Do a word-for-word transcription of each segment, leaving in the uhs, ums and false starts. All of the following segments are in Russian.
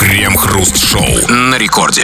Крем-хруст-шоу на рекорде.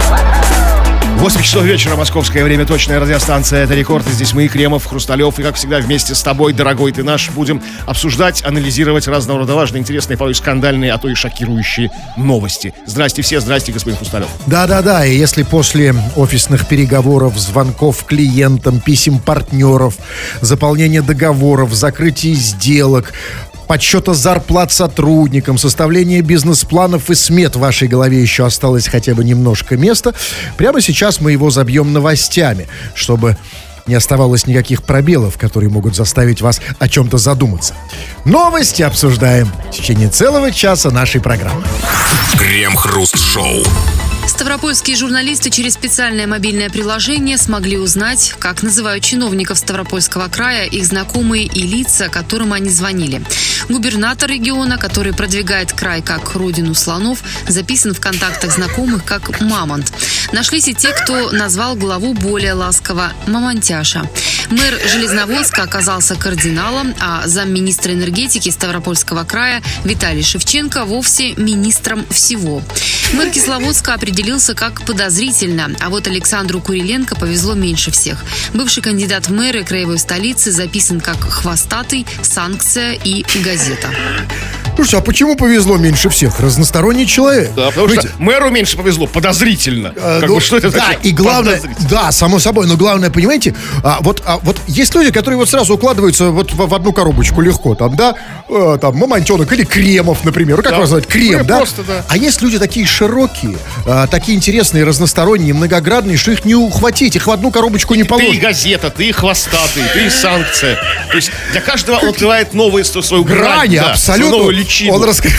восемь часов вечера, московское время, точная радиостанция «Это рекорд». И здесь мы, Кремов, Хрусталев. И, как всегда, вместе с тобой, дорогой ты наш, будем обсуждать, анализировать разного рода важные, интересные, порой скандальные, а то и шокирующие новости. Здрасте все, здрасте, господин Хрусталев. Да-да-да, и если после офисных переговоров, звонков клиентам, писем партнеров, заполнения договоров, закрытия сделок, подсчета зарплат сотрудникам, составления бизнес-планов и смет в вашей голове еще осталось хотя бы немножко места, прямо сейчас мы его забьем новостями, чтобы не оставалось никаких пробелов, которые могут заставить вас о чем-то задуматься. Новости обсуждаем в течение целого часа нашей программы. Крем-хруст-шоу. Ставропольские журналисты через специальное мобильное приложение смогли узнать, как называют чиновников Ставропольского края, их знакомые и лица, которым они звонили. Губернатор региона, который продвигает край как родину слонов, записан в контактах знакомых как «Мамонт». Нашлись и те, кто назвал главу более ласково «Мамонтяша». Мэр Железноводска оказался кардиналом, а замминистра энергетики Ставропольского края Виталий Шевченко вовсе министром всего. Мэр Кисловодска определился как подозрительно, а вот Александру Куриленко повезло меньше всех. Бывший кандидат в мэры краевой столицы записан как «Хвостатый», «Санкция» и «Газета». Слушай, а почему повезло меньше всех? Разносторонний человек. Да, потому Видите? что мэру меньше повезло, подозрительно. А, как ну, бы, что это да, значит? И главное, да, само собой, но главное, понимаете, а, вот, а, вот есть люди, которые вот сразу укладываются вот в, в одну коробочку легко, там, да, э, там, Мамонтенок или Кремов, например, как да. вас называют, Крем, ну, да? Просто, да. А есть люди такие широкие, а, такие интересные, разносторонние, многоградные, что их не ухватить, их в одну коробочку не положить. Ты и газета, ты и хвостатый, ты и санкция. То есть для каждого он открывает новую свою грань, грани, да, абсолютно. свою новую личину. Он раскрывает.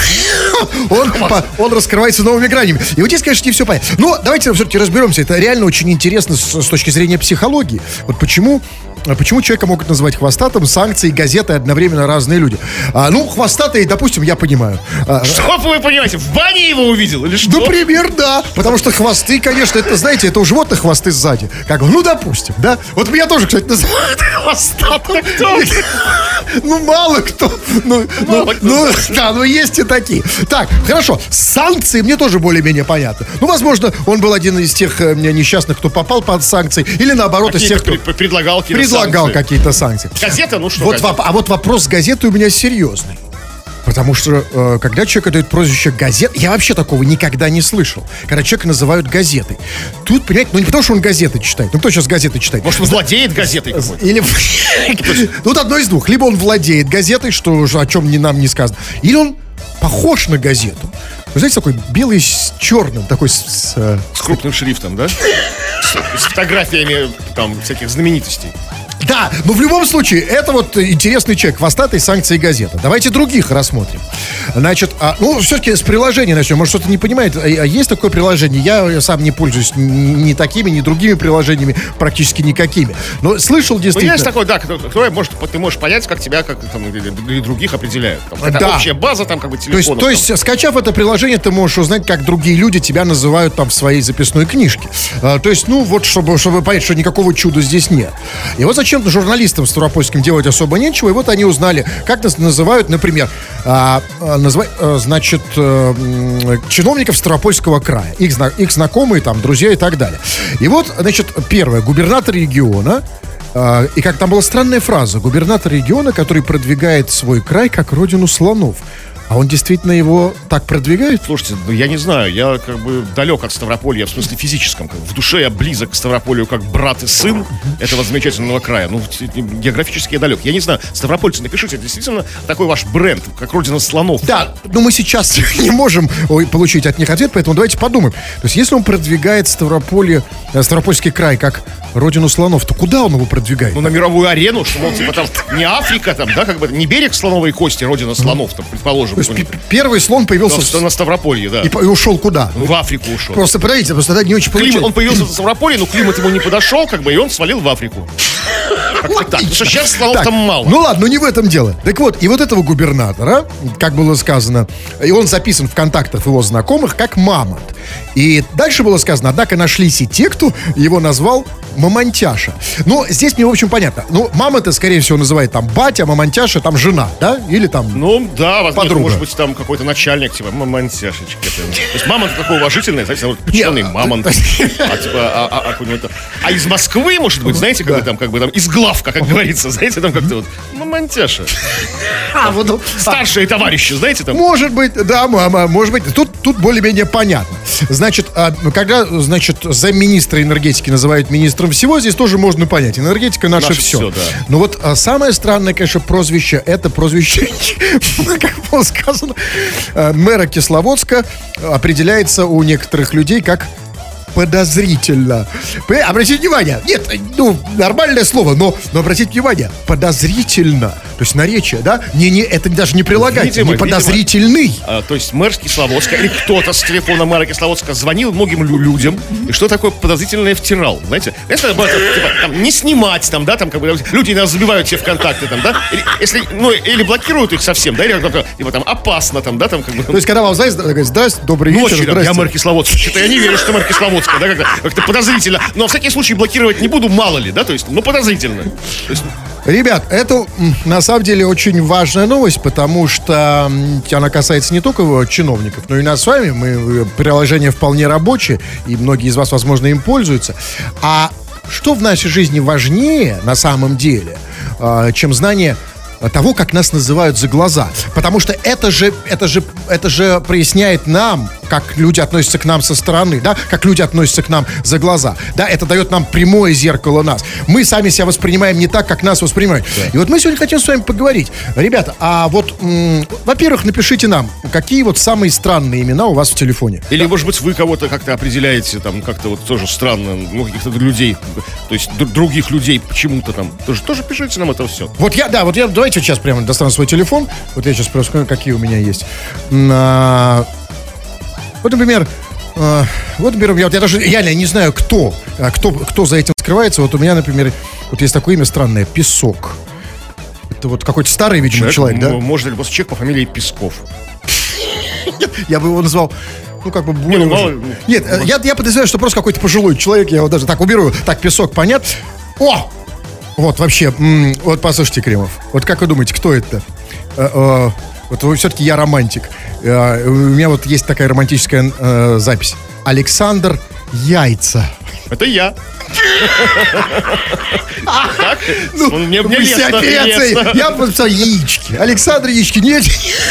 Он, он раскрывается новыми гранями. И вот здесь, конечно, не все понятно. Но давайте все-таки разберемся. Это реально очень интересно с, с точки зрения психологии. Вот почему, почему человека могут называть хвостатым, санкцией, газетой одновременно разные люди. А, ну, хвостатый, допустим, я понимаю. А, что вы понимаете? В бане его увидел или что? Например, да. Потому что хвосты, конечно, это, знаете, это у животных хвосты сзади. Как бы, ну, допустим, да. Вот меня тоже, кстати, называют хвостатым. Ну, мало кто. Ну, ну, ну, да, но есть и такие. Так, хорошо. Санкции мне тоже более-менее понятно. Ну, возможно, он был один из тех э, несчастных, кто попал под санкции. Или наоборот, какие из тех, кто при- предлагал, предлагал санкции. какие-то санкции. Газета, ну что вот газета? воп- А вот вопрос с газетой у меня серьезный. Потому что, э, когда человеку дают прозвище «газет», я вообще такого никогда не слышал. Когда человека называют газетой. Тут, понимаете, ну не потому, что он газеты читает. Ну кто сейчас газеты читает? Может, он владеет газетой какой-то? Или... Ну, вот одно из двух. Либо он владеет газетой, что уже о чем ни нам не сказано. Или он похож на газету. Вы знаете, такой белый с черным, такой с... С, с крупным шрифтом, да? С, с фотографиями там всяких знаменитостей. Да, но в любом случае, это вот интересный человек, хвостатый, санкции, газета. Давайте других рассмотрим. Значит, а, ну, все-таки с приложения начнем. Может, кто-то не понимает, а, а есть такое приложение? Я сам не пользуюсь ни, ни такими, ни другими приложениями, практически никакими. Но слышал действительно... Ну, есть такой, да, кто, кто, может, ты можешь понять, как тебя, как там, или, или других определяют. Там, это да. общая база, там, как бы, телефонов. То есть, то есть, скачав это приложение, ты можешь узнать, как другие люди тебя называют там в своей записной книжке. А, то есть, ну, вот, чтобы, чтобы понять, что никакого чуда здесь нет. И вот зачем журналистам ставропольским делать особо нечего, и вот они узнали, как нас называют, например, а, а, назва, а, значит, а, чиновников Ставропольского края, их, их знакомые, там, друзья и так далее. И вот, значит, первое, губернатор региона, а, и как там была странная фраза, губернатор региона, который продвигает свой край как родину слонов. А он действительно его так продвигает? Слушайте, ну я не знаю, я как бы далек от Ставрополья, в смысле физическом. Как, в душе я близок к Ставрополью как брат и сын этого замечательного края. Ну, географически я далек. Я не знаю, ставропольцы, напишите, это действительно такой ваш бренд, как родина слонов. Да, но мы сейчас не можем получить от них ответ, поэтому давайте подумаем. То есть, если он продвигает Ставрополье, Ставропольский край как родину слонов, то куда он его продвигает? Ну, на мировую арену, что, мол, типа там не Африка, там, да, как бы не берег слоновой кости, родина слонов, там, предположим. То есть первый слон появился на, на Ставрополье, да. И, и ушел куда? В Африку ушел. Просто, подождите, просто тогда не очень Климат, получается. он появился в Ставрополье, но климат ему не подошел, как бы, и он свалил в Африку. Как-то так. Потому что сейчас слов Так, там мало. Ну ладно, ну не в этом дело. Так вот, и вот этого губернатора, как было сказано, и он записан в контактах его знакомых как Мамонт. И дальше было сказано, однако нашлись и те, кто его назвал Мамонтяша. Но здесь мне, в общем, понятно. Ну, Мамонта, скорее всего, называет там батя, Мамонтяша там жена, да? Или там Ну, да, возможно, подруга. может быть, там какой-то начальник, типа, мамонтяшечка. То есть мамонт такой уважительный, знаете, вот печеный мамонт. А, типа, а, а, а, какой-нибудь там- а из Москвы, может быть, знаете, как бы там, как бы там, из главка, как говорится, знаете, там как-то вот, мамонтяша. А, вот, ну, Старшие товарищи, знаете, там. может быть, да, мама, может быть. Тут, тут более-менее понятно. Значит, а, когда, значит, замминистра энергетики называют министром всего, здесь тоже можно понять. Энергетика наше, Наше все. всё, да. Но вот а, самое странное, конечно, прозвище, это прозвище, как было сказано, а, мэра Кисловодска определяется у некоторых людей как подозрительно. Вы обратите внимание, нет, ну, нормальное слово, но, но обратите внимание, подозрительно. То есть наречие, да? Не, не, это даже не прилагается, Видимо, не подозрительный. А, то есть мэр Кисловодска или кто-то с телефона мэра Кисловодска звонил многим лю- людям и что такое подозрительное втирал, знаете? Знаете, это было, типа, там, не снимать, там, да, там, как бы, люди иногда забивают себе ВКонтакте, там, да, или, если, ну, или блокируют их совсем, да, или как-то, типа, там, опасно, там, да, там, как бы, То есть, когда вам, знаете, говорит, здрасте, добрый вечер, ночью, там, я здрасте. мэр Кисловодска, что-то я не верю, что мэр Кисловодска, да, как-то, как-то подозрительно, но, в всякий случай, блокировать не буду, мало ли, да, то есть, ну, подозрительно. То есть, Ребят, это м, на самом деле очень важная новость, потому что м, она касается не только его чиновников, но и нас с вами. Мы, э, приложение вполне рабочее, и многие из вас, возможно, им пользуются. А что в нашей жизни важнее на самом деле, э, чем знание того, как нас называют за глаза? Потому что это же, это же, это же проясняет нам, как люди относятся к нам со стороны, да, как люди относятся к нам за глаза. Да, это дает нам прямое зеркало нас. Мы сами себя воспринимаем не так, как нас воспринимают. И вот мы сегодня хотим с вами поговорить. Ребята, а вот, м, во-первых, напишите нам, какие вот самые странные имена у вас в телефоне. Или, может быть, вы кого-то как-то определяете, там, как-то вот тоже странно, ну, каких-то людей, то есть д- других людей почему-то там. Тоже, тоже пишите нам это все. Вот я, да, вот я, давайте сейчас прямо достану свой телефон. Вот я сейчас просто скажу, какие у меня есть. На... Вот, например, э, вот, например, я, вот я даже реально не знаю, кто, а кто, кто за этим скрывается. Вот у меня, например, вот есть такое имя странное, Песок. Это вот какой-то старый, видимо, человек, да? м- Может ли просто человек по фамилии Песков? Я бы его назвал, ну, как бы... ну, более мало уже- ли. Нет, э, я, я подозреваю, что просто какой-то пожилой человек. Я его даже так уберу. Так, Песок, понятно? О! Вот, вообще, м, вот послушайте, Кремов. Вот как вы думаете, кто это? Э, э, вот вы- все-таки я романтик. Э, у меня вот есть такая романтическая э, запись. Александр Яйца. Это я. Так? Ну, мне мне Вы все лестно, операции. лестно. Я написал яички. Александр Яички. Нет.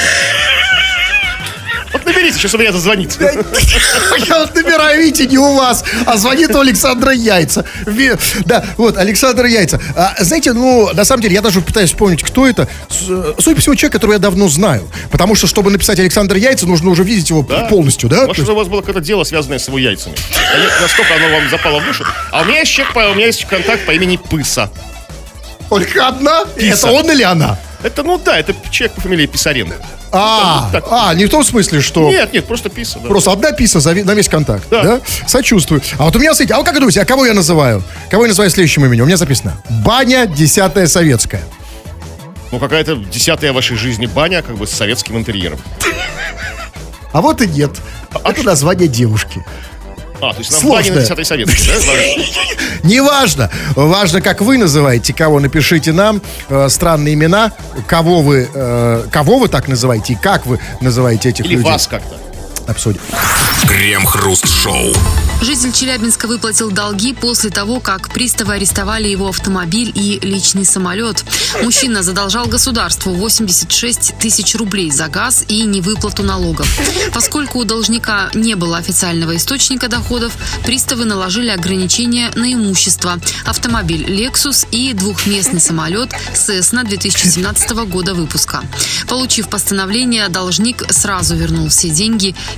Вот наберите, сейчас у меня зазвонит. Я вот набираю, видите, не у вас, а звонит у Александра Яйца. Ви- Да, вот, Александр Яйца. А, знаете, ну, на самом деле, я даже пытаюсь вспомнить, кто это. С- э, Судя по всему, человек, которого я давно знаю. Потому что, чтобы написать Александр Яйца, нужно уже видеть его Да. полностью, да? То Может, есть- у вас было какое-то дело, связанное с его яйцами. А настолько оно вам запало в душу. А у меня есть человек, по- у меня есть контакт по имени Пыса. Только одна? Писа. Это он или она? Это, ну да, это человек по фамилии Писаренко. А, так. а, не в том смысле, что... Нет, нет, просто Писа, да. Просто одна писа за ви- на весь контакт. Да. Да. Сочувствую. А вот у меня, смотрите, а вы как думаете, а кого я называю? Кого я называю следующим именем? У меня записано: Баня десятая советская. Ну, какая-то десятая в вашей жизни баня, как бы с советским интерьером. А вот и нет. Это название девушки. А, то есть нам Сложная. баня на десятой советской, да? Неважно. Важно, как вы называете кого. Напишите нам э, странные имена, кого вы, э, кого вы так называете и как вы называете этих Или людей. вас как-то. Обсудим. Крем-хруст-шоу. Житель Челябинска выплатил долги после того, как приставы арестовали его автомобиль и личный самолет. Мужчина задолжал государству восемьдесят шесть тысяч рублей за газ и невыплату налогов. Поскольку у должника не было официального источника доходов, приставы наложили ограничения на имущество: автомобиль Lexus и двухместный самолет Cessna две тысячи семнадцатого года выпуска. Получив постановление, должник сразу вернул все деньги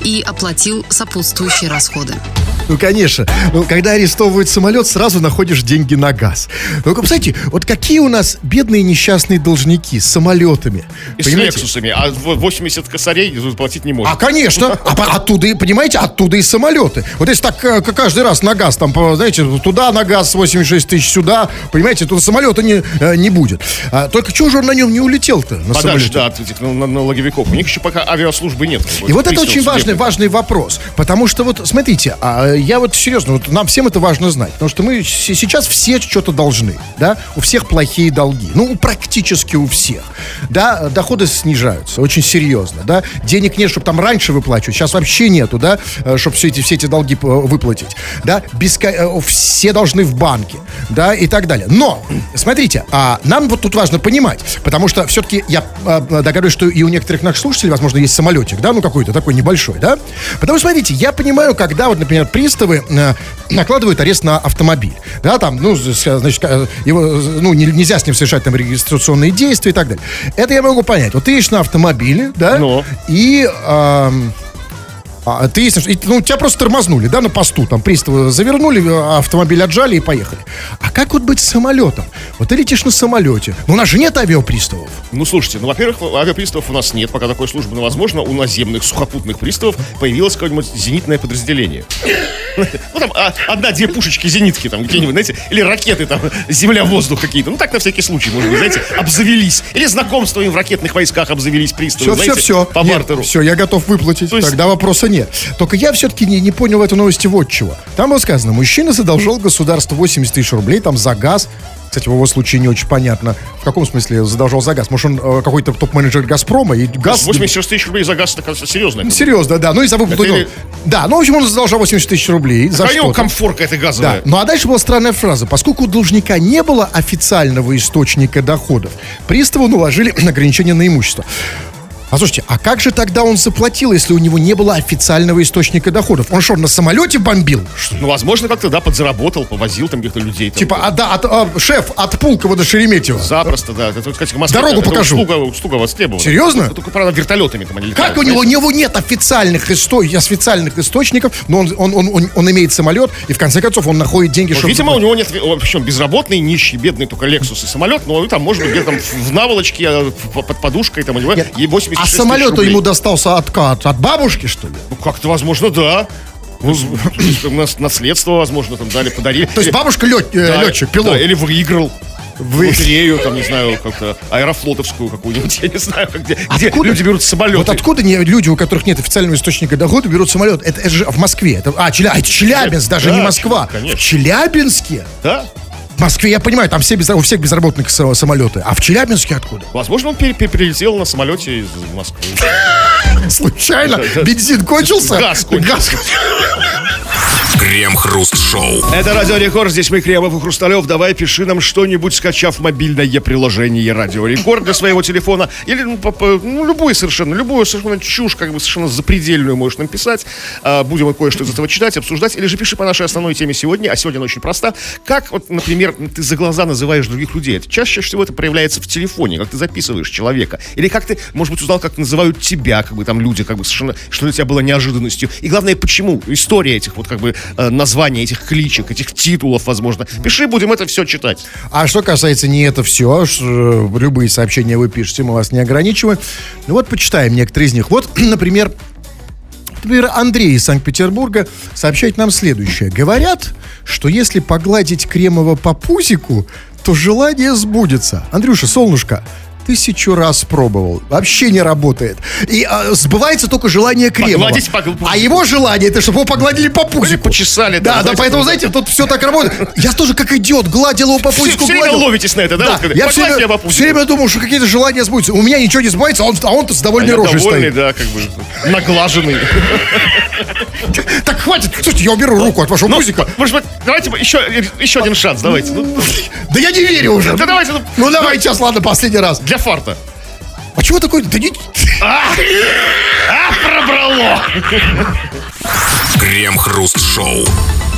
и оплатил сопутствующие расходы. Ну, конечно. Ну, когда арестовывают самолет, сразу находишь деньги на газ. Ну, представляете, вот какие у нас бедные несчастные должники с самолетами. И понимаете? С лексусами. А восемьдесят косарей платить не может. А, конечно. А оттуда, и, понимаете, оттуда и самолеты. Вот если так каждый раз на газ, там, знаете, туда на газ восемьдесят шесть тысяч, сюда, понимаете, туда самолета не, не будет. А, только чего же он на нем не улетел-то? На Подальше, да, от этих налоговиков. У них еще пока авиаслужбы нет. И вот это очень важный, важный вопрос. Потому что вот, смотрите, я вот серьезно, вот нам всем это важно знать. Потому что мы сейчас все что-то должны, да? У всех плохие долги. Ну, практически у всех. Да, доходы снижаются очень серьезно, да? Денег нет, чтобы там раньше выплачивать. Сейчас вообще нету, да? Чтобы все эти, все эти долги выплатить. Да? Беско... Все должны в банке, да? И так далее. Но, смотрите, а нам вот тут важно понимать, потому что все-таки я догадываюсь, что и у некоторых наших слушателей, возможно, есть самолетик, да? Ну, какой-то такой небольшой, да? Потому что, смотрите, я понимаю, когда вот, например, приставы э, накладывают арест на автомобиль, да, там, ну, значит, его, ну, не, нельзя с ним совершать там регистрационные действия и так далее. Это я могу понять. Вот ты едешь на автомобиле, да, но. и... Э, А, ты, ну, тебя просто тормознули, да, на посту, там, приставы завернули, автомобиль отжали и поехали. А как вот быть с самолетом? Вот ты летишь на самолете, но у нас же нет авиаприставов. Ну, слушайте, ну, во-первых, авиаприставов у нас нет, пока такой службы, но, возможно, у наземных сухопутных приставов появилось какое-нибудь зенитное подразделение. Ну, там, одна-две пушечки зенитки, там, где-нибудь, знаете, или ракеты, там, земля-воздух какие-то. Ну, так, на всякий случай, может быть, знаете, обзавелись. Или знакомство им в ракетных войсках обзавелись приставы, все, знаете, все, все. по бартеру. Все, я готов выплатить, есть... тогда вопроса нет. Только я все-таки не, не понял в этой новости вот чего. Там было сказано, мужчина задолжал государству восемьдесят тысяч рублей, там, за газ. Кстати, в его случае не очень понятно, в каком смысле задолжал за газ. Может, он э, какой-то топ-менеджер «Газпрома» и газ... восемьдесят шесть тысяч рублей за газ, это, кажется, серьезно. Серьезно, да. Ну и за выплату... Или... Да, ну, в общем, он задолжал восемьдесят тысяч рублей. За что? У него комфорка эта газовая. Да. Ну, а дальше была странная фраза. Поскольку у должника не было официального источника доходов, приставу наложили ограничения на имущество. А слушайте, а как же тогда он заплатил, если у него не было официального источника доходов? Он что, на самолете бомбил? Ну, возможно, как-то, да, подзаработал, повозил там где-то людей. Там, типа, а, да, от, а, шеф, от Пулково до Шереметьево. Запросто, да. Это, кстати, Москве, дорогу это, покажу. Это услуга, услуга востребована. Серьезно? Это, только, правда, вертолетами там они летают. Как у него? У него нет официальных, исто... официальных источников, но он, он, он, он, он имеет самолет, и в конце концов он находит деньги, ну, чтобы... Видимо, у него нет, причем безработный, нищий, бедный, только Lexus и самолет, но там, может быть, где-то там в наволочке, под подушкой, там у него нет. И восемьдесят шесть а самолету ему достался от, от, от бабушки, что ли? Ну, как-то, возможно, да. Ну, у нас наследство, возможно, там дали, подарили. То есть бабушка лет, да, летчик, пилот. Да, или выиграл. Вы... лотерею, там, не знаю, как-то аэрофлотовскую какую-нибудь, я не знаю, где, где люди берут самолеты. Вот откуда не, люди, у которых нет официального источника дохода, берут самолет? Это, это же в Москве. Это, а, Челя, это Челябинск, даже да, не Москва. Конечно. В Челябинске? Да. В Москве, я понимаю, там все без, у всех безработных самолеты. А в Челябинске откуда? Возможно, он пере- пере- прилетел на самолете из Москвы. Случайно? Бензин кончился? Газ кончился. Крем-хруст-шоу. Это Радио Рекорд. Здесь мы, Кремов и Хрусталев. Давай, пиши нам что-нибудь, скачав мобильное приложение Радио Рекорд для своего телефона. Или, ну, по, по, ну любую совершенно, любую совершенно чушь, как бы совершенно запредельную можешь нам писать. А, будем кое-что из этого читать, обсуждать. Или же пиши по нашей основной теме сегодня. А сегодня она очень проста. Как, вот, например, ты за глаза называешь других людей. Это чаще всего это проявляется в телефоне, как ты записываешь человека. Или как ты, может быть, узнал, как называют тебя, как бы там люди, как бы совершенно, что для тебя было неожиданностью. И главное, почему. История этих вот как бы названия этих кличек, этих титулов, возможно. Пиши, будем это все читать. А что касается не это все, любые сообщения вы пишете, мы вас не ограничиваем. Ну вот почитаем некоторые из них. Вот, например, например, Андрей из Санкт-Петербурга сообщает нам следующее. Говорят, что если погладить Кремова по пузику, то желание сбудется. Андрюша, солнышко, тысячу раз пробовал. Вообще не работает. И а, сбывается только желание Кремова. Погладить, погл... А его желание, это чтобы его погладили по пузику. Почесали. Да, да, да, поэтому, знаете, тут все так работает. Я тоже как идиот гладил его по пузику. Все, все время ловитесь на это, да? Да, Вот, я все время, все время думал, что какие-то желания сбудутся. У меня ничего не сбывается, а, он, а он-то с довольной а рожей довольный, стоит. да, как бы наглаженный. Так, хватит. Слушайте, я уберу руку от вашего ну, пузика. Может быть, давайте еще, еще один шанс, давайте. Ну. Да я не верю уже. Да давайте. Ну, ну давай сейчас, ладно, последний раз. Для фарта. А чего такое? Да не... А, а пробрало! Крем-хруст-шоу.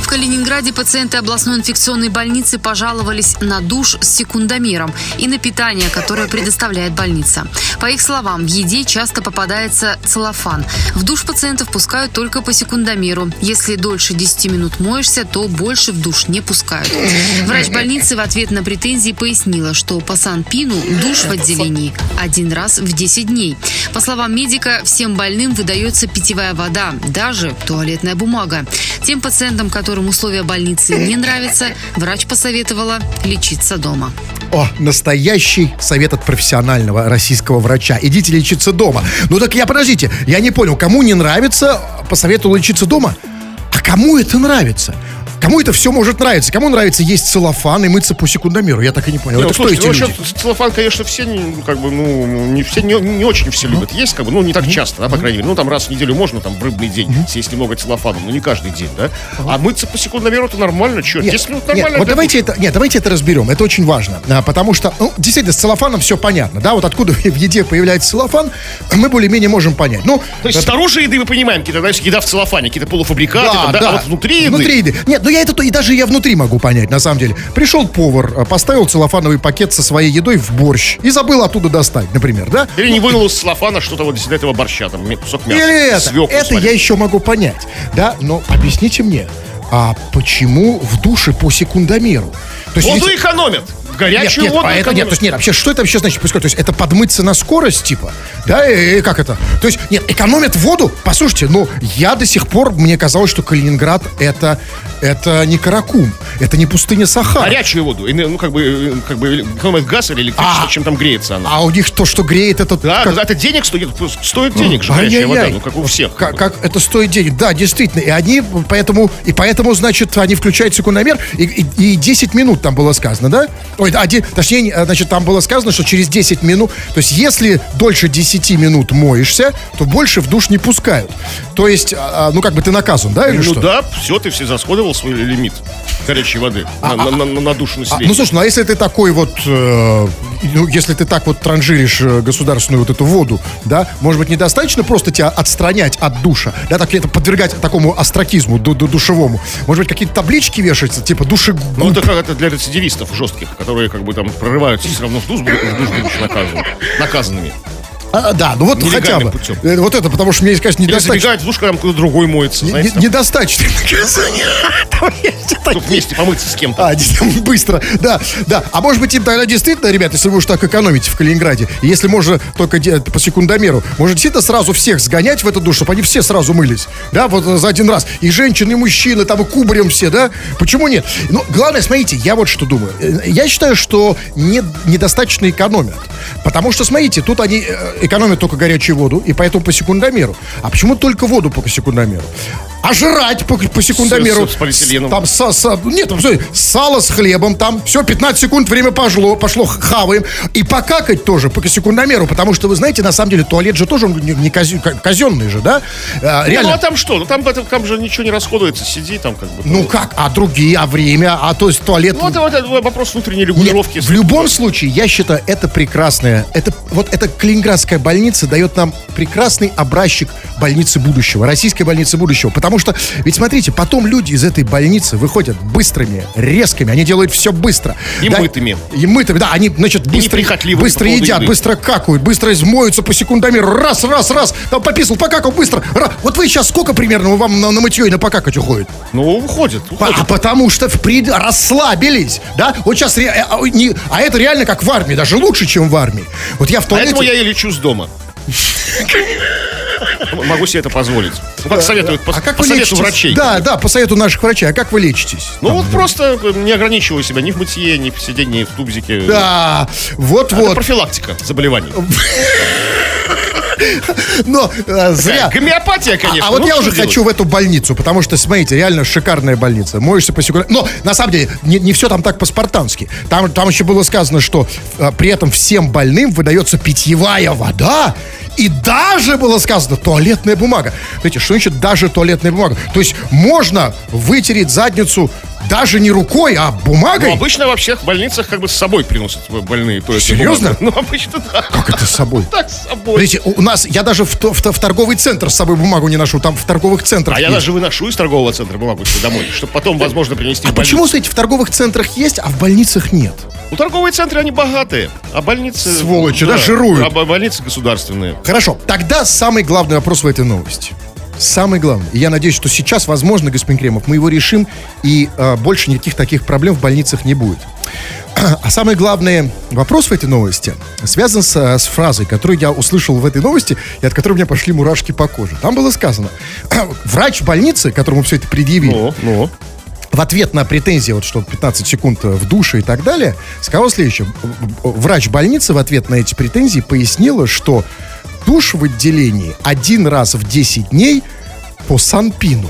В Калининграде пациенты областной инфекционной больницы пожаловались на душ с секундомером и на питание, которое предоставляет больница. По их словам, в еде часто попадается целлофан. В душ пациентов пускают только по секундомеру. Если дольше десяти минут моешься, то больше в душ не пускают. Врач больницы в ответ на претензии пояснила, что по Санпину душ в отделении один раз в десять дней. По словам медика, всем больным выдается питьевая вода, даже туалетная бумага. Тем пациентам, которым условия больницы не нравятся, врач посоветовала лечиться дома. О, настоящий совет от профессионального российского врача. Идите лечиться дома. Ну так я, подождите, я не понял, кому не нравится, посоветовал лечиться дома? А кому это нравится? Кому это все может нравиться? Кому нравится есть целлофан и мыться по секундомеру? Я так и не понял. Не, это ну, кто слушайте, эти ну, люди? вообще, целлофан, конечно, все, ну, как бы, ну, не все, не, не очень все любят есть, как бы, ну, не так часто, да, по крайней мере. Ну, там раз в неделю можно, там, в рыбный день съесть немного целлофана, но не каждый день, да. А мыться по секундомеру, это нормально, что? Нет, десять минут нет, нормально. вот давайте это, нет, давайте это разберем. Это очень важно. А, потому что, ну, действительно, с целлофаном все понятно. Да, вот откуда в еде появляется целлофан, мы более-менее можем понять. Ну, То есть, это... снаружи еды мы понимаем, какие-то, знаешь, еда в целлофане, какие-то полуфабрикаты, Да, там, да, да. а вот внутри еды. Внутри еды. Нет, ну я это то, и даже я внутри могу понять, на самом деле. Пришел повар, поставил целлофановый пакет со своей едой в борщ и забыл оттуда достать, например, да? Или не вынул из целлофана что-то вот из этого борща, там, кусок мяса. Или это. свеклу Это сварил. я еще могу понять, да? Но объясните мне, а почему в душе по секундомеру? То есть, Воду если- экономят. Горячую нет, нет, воду а это экономят. нет, то есть нет, вообще, что это вообще значит происходит? То есть это подмыться на скорость, типа? Да, и, и как это? То есть, нет, экономят воду? Послушайте, ну, я до сих пор, мне казалось, что Калининград это, это не Каракум, это не пустыня Сахара. Горячую воду. И, ну, как бы, как бы экономит газ или электричество, А. чем там греется она. А у них то, что греет, это... Да, как- это денег стоит, стоит денег же горячая Ай-яй-яй. вода, ну, как у всех. Как, как это стоит денег? Да, действительно. И они поэтому, и поэтому, значит, они включают секундомер, и, и, и десять минут там было сказано, да? Ой, да, де- точнее, значит, там было сказано, что через десять минут, то есть если дольше десяти минут моешься, то больше в душ не пускают. То есть, а, ну, как бы ты наказан, да, или Ну что? да, все, ты все расходовал свой лимит горячей воды на, на, на- на душу А, населения. ну, слушай, ну а если ты такой вот, э, ну, если ты так вот транжиришь э, государственную вот эту воду, да, может быть, недостаточно просто тебя отстранять от душа, да, так это подвергать такому остракизму ду- ду- душевому. Может быть, какие-то таблички вешаются, типа душегуб. Ну, это как это для рецидивистов жестких, которые как бы там прорываются все равно в душ, в душ будучи наказаны, наказанными. А, да, ну вот хотя Нелегальным бы. путем. Э, Вот это, потому что мне кажется, Или недостаточно. забегают в душ, когда там кто-то другой моется, Не- знаете, не- там, недостаточно наказания. Там есть чтоб такие. вместе помыться с кем-то. А, действительно, быстро, да, да. А может быть, им тогда действительно, ребята, если вы уж так экономите в Калининграде, и если можно только де- по секундомеру, может действительно сразу всех сгонять в эту душ, чтобы они все сразу мылись, да, вот за один раз. И женщины, и мужчины, там и кубарем все, да? Почему нет? Ну, главное, смотрите, я вот что думаю. Э, Я считаю, что не, недостаточно экономят. Потому что, смотрите, тут они э, экономят только горячую воду, и поэтому по секундомеру. А почему только воду по секундомеру? А жрать по, по секундомеру. С- с полиэтиленом. Там со- со- нет, там, смотри, сало с хлебом, там все, пятнадцать секунд, время пошло, пошло, хаваем. И покакать тоже по секундомеру, потому что, вы знаете, на самом деле, туалет же тоже не, не казен- ка- казенный же, да? А, Ну, реально. а там что? Ну, там, в этом- там же ничего не расходуется, сиди там как бы. Ну как, а другие, а время, а то есть туалет... Ну, это, вот это вопрос внутренней Нет, регулировки. в любом случае, я считаю, это прекрасное. Это, вот эта Калининградская больница дает нам прекрасный образчик больницы будущего, российской больницы будущего. Потому что, ведь смотрите, потом люди из этой больницы выходят быстрыми, резкими, они делают все быстро. И Да, мытыми. И мытыми, да, они, значит, быстро, неприхотливыми быстро по поводу едят, еды. быстро какают, быстро измоются по секундомеру. Раз, раз, раз, там пописал, покакал, быстро. Раз. Вот вы сейчас сколько примерно вам на, на мытье и на покакать уходит? Ну, уходит, уходит. А потому что впред... расслабились, да? Вот сейчас, ре- а, не- а это реально как в армии, даже лучше, чем в армии. Вот я в туалете... Поэтому я и лечу с дома. Могу себе это позволить. Ну, как советуют, по, А как по вы совету лечитесь? врачей. Да, да, по совету наших врачей. А как вы лечитесь? Ну, вот просто не ограничиваю себя ни в мытье, ни в сидении в тубзике. Да, Это вот-вот. профилактика заболеваний. Но э, зря. Гомеопатия, конечно. А, а вот ну, я что уже делать? хочу в эту больницу, потому что, смотрите, реально шикарная больница. Моешься по секунду. Но, на самом деле, не, не все там так по-спартански. Там, там еще было сказано, что э, при этом всем больным выдается питьевая вода. И даже было сказано туалетная бумага. Знаете, что значит даже туалетная бумага? То есть можно вытереть задницу даже не рукой, а бумагой? Ну, обычно вообще в больницах как бы с собой приносят больные. То есть Серьезно? бумагу. Ну, обычно да. Как это с собой? Так, с собой. Смотрите, у нас, я даже в, в, в торговый центр с собой бумагу не ношу, там в торговых центрах А я есть. даже выношу из торгового центра бумагу себе домой, чтобы потом, возможно, принести А в больницу. почему, кстати, в торговых центрах есть, а в больницах нет? Ну, торговые центры, они богатые, а больницы... Сволочи, да, жируют. А больницы государственные. Хорошо, тогда самый главный вопрос в этой новости. Самый главный. И я надеюсь, что сейчас, возможно, господин Кремов, мы его решим, и э, больше никаких таких проблем в больницах не будет. А самый главный вопрос в этой новости связан с, с фразой, которую я услышал в этой новости, и от которой у меня пошли мурашки по коже. Там было сказано: врач больницы, которому все это предъявили, Ну, ну. в ответ на претензии, вот что пятнадцать секунд в душе и так далее, сказал следующее. Врач больницы в ответ на эти претензии пояснила, что душ в отделении один раз в десять дней по санпину.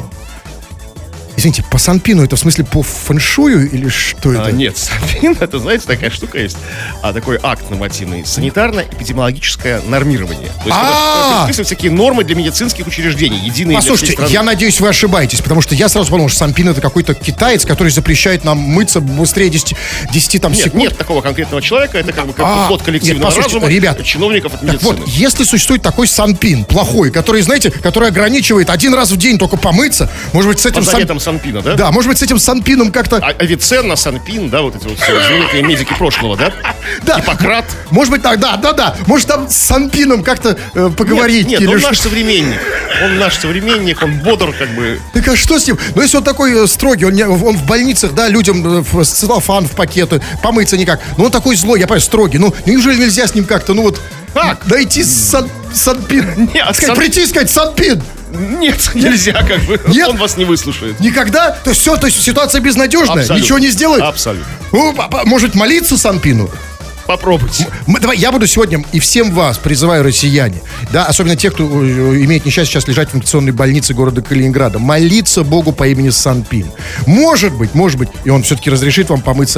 Извините, по санпину это в смысле по фэншую или что это? А, нет, санпин, это, знаете, такая штука есть, а, такой акт нормативный, санитарно-эпидемиологическое нормирование. То есть А-а-а! предписывают всякие нормы для медицинских учреждений, единые для всей Послушайте, страны. я надеюсь, вы ошибаетесь, потому что я сразу подумал, что санпин это какой-то китаец, который запрещает нам мыться быстрее десяти, десяти там, Нет, секунд. нет такого конкретного человека, это как бы как А, плод коллективного нет, послушайте, разума ребят, чиновников от Так медицины. вот, если существует такой санпин плохой, который, знаете, который ограничивает один раз в день только помыться, может быть, с этим По сан- заветам Санпина, да? Да, может быть, с этим санпином как-то... А, Авиценна, Санпин, да, вот эти вот все знаменитые медики прошлого, да? Да. Гиппократ. Может быть, так, да, да, да. Может, там с санпином как-то э, поговорить. Нет, нет, или он что- наш современник. Он наш современник, он бодр, как бы. Так а что с ним? Ну, если он такой э, строгий, он, не- он в больницах, да, людям э, в целлофан в пакеты, помыться никак. Ну, он такой злой, я понимаю, строгий. Ну, неужели нельзя с ним как-то, ну вот... Как? Найти сан, санпин. Нет, Сказать, сан- прийти и сказать санпин. Нет, нельзя, как бы. Нет? Он вас не выслушает. Никогда? То есть все, то есть ситуация безнадежная? Абсолютно. Ничего не сделает? Абсолютно. Ну, а- а может молиться санпину? Попробуйте. Мы- давай, я буду сегодня и всем вас призываю, россияне, да, особенно те, кто э, имеет несчастье сейчас лежать в инфекционной больнице города Калининграда, молиться Богу по имени Санпин. Может быть, может быть, и он все-таки разрешит вам помыться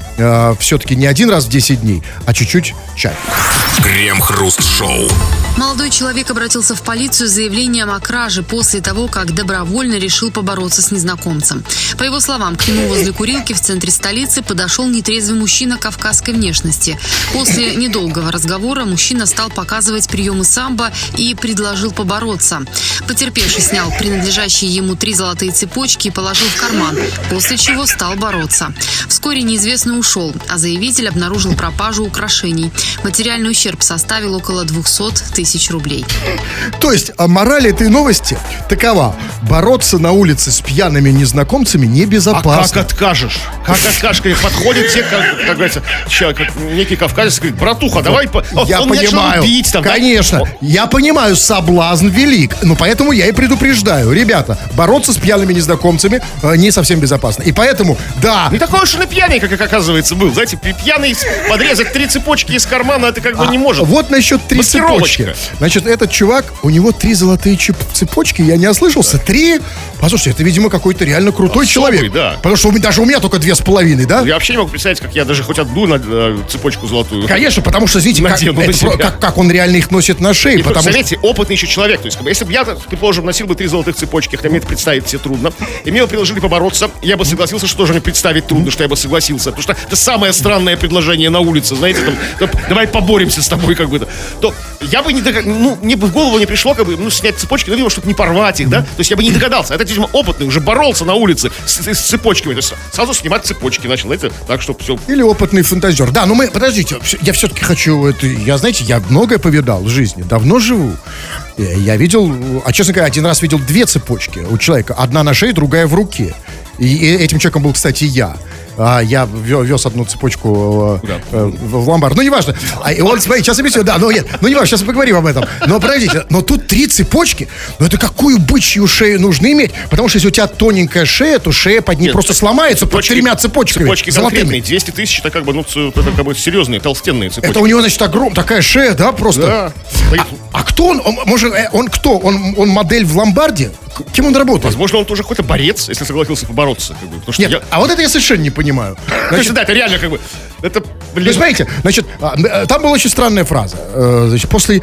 э, все-таки не один раз в десять дней, а чуть-чуть чаще. Крем-хруст-шоу. Молодой человек обратился в полицию с заявлением о краже после того, как добровольно решил побороться с незнакомцем. По его словам, к нему возле курилки в центре столицы подошел нетрезвый мужчина кавказской внешности. После недолгого разговора мужчина стал показывать приемы самбо и предложил побороться. Потерпевший снял принадлежащие ему три золотые цепочки и положил в карман, после чего стал бороться. Вскоре неизвестный ушел, а заявитель обнаружил пропажу украшений. Материальный ущерб составил около двухсот тысяч рублей. То есть, а мораль этой новости такова: бороться на улице с пьяными незнакомцами А небезопасно. как откажешь? Как откажешь? Когда подходит те, как, как говорится, человек, как некий кавказец, говорит: братуха, давай... по- Я он меня начал понимаю, бить там, да? конечно, О, я понимаю, соблазн велик, но поэтому я и предупреждаю, ребята, бороться с пьяными незнакомцами э, не совсем безопасно. И поэтому, да, Не такой уж он и пьяный, как оказывается, был. Знаете, пи- пьяный подрезать три цепочки из кармана, это как бы не может. вот насчет три Маскировочка. цепочки. Значит, этот чувак, у него три золотые чеп- цепочки, я не ослышался, три. Послушайте, это, видимо, какой-то реально крутой Особый, человек. да. Потому что у меня- даже у меня только две с половиной, да? Я вообще не могу представить, как я даже хоть одну на- э, цепочку золотую. Конечно, потому что, знаете, как, Надену на это себя. про- как, как он реально их носит на шее. И потому что... представляете, опытный еще человек. То есть, как бы, если бы я, предположим, носил бы три золотых цепочки, хотя мне это представить себе трудно, и мне бы предложили побороться, я бы согласился, что тоже мне представить трудно, что я бы согласился. Потому что это самое странное предложение на улице, знаете, там, там, давай поборемся с тобой, как бы, то, то я бы не догадался, ну, мне бы в голову не пришло, как бы, ну, снять цепочки, ну, видимо, чтобы не порвать их, да? То есть я бы не догадался. А этот, видимо, опытный, уже боролся на улице с, с- с цепочками. То есть сразу снимать цепочки начал, знаете, так, чтобы все... Или опытный фантазер. Да, но мы, подождите, всё- я все-таки хочу, это, я, знаете, я многое повидал в жизни, давно живу. Я, я видел, а честно говоря, один раз видел две цепочки у человека. Одна на шее, другая в руке. И, и этим человеком был, кстати, я. А, я вё- вез одну цепочку э, э, в, в ломбард. Ну, неважно. А, и он, смотри, сейчас объясню. Да, ну нет, ну неважно, сейчас мы поговорим об этом. Но подождите, но тут три цепочки. Ну это какую бычью шею нужно иметь? Потому что если у тебя тоненькая шея, то шея под ней Нет, просто сломается под четырьмя цепочками. Цепочки золотыми. конкретные. двести тысяч, это как бы, ну, ц- это как бы серьезные, толстенные цепочки. Это у него, значит, огром, такая шея, да, просто? Да. А, а кто он? Он, может, э, он кто? Он, он модель в ломбарде? К- Кем он работает? Возможно, он тоже какой-то борец, если согласился побороться. Как бы, потому что Нет, я... а вот это я совершенно не понимаю. То есть, да, это реально как бы... Это, блин, Вы смотрите, значит, а, э, там была очень странная фраза. Э, Значит, после,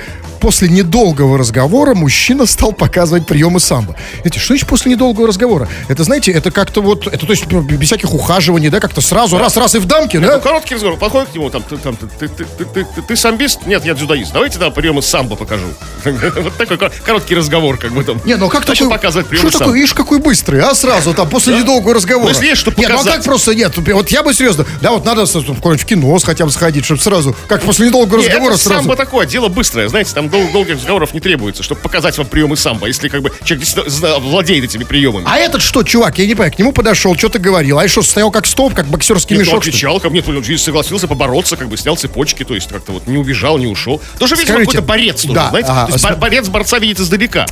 после недолгого разговора мужчина стал показывать приемы самбо. Знаете, что значит после недолгого разговора? Это, знаете, это как-то вот, это то есть без всяких ухаживаний, да, как-то сразу, да. раз-раз и в дамке, да? Ну, короткий разговор, подходит к нему, там, ты, там, ты, ты, ты, ты, ты, ты, ты самбист? Нет, я дзюдоист. Давайте, да, приемы самбо покажу. Вот такой короткий разговор, как бы там. Не, ну как такой, показывать приемы что такое, видишь, какой быстрый, а сразу там, после недолгого разговора. Ну, если есть что показать. Нет, ну а как просто, нет, вот я бы серьезно, да, вот надо в кино хотя бы сходить, чтобы сразу, как после недолгого Нет, разговора это сразу. самбо такое, дело быстрое, знаете, там дол- долгих разговоров не требуется, чтобы показать вам приемы самбо, если как бы человек действительно владеет этими приемами. А этот что, чувак, я не понимаю, к нему подошел, что-то говорил, а что, стоял как столб, как боксерский Нет, мешок? он отвечал, ко мне, он согласился побороться, как бы снял цепочки, то есть как-то вот не убежал, не ушел. Тоже, видимо, Скажите, какой-то борец, да, знаете, ага, то есть см... борец борца видит издалека.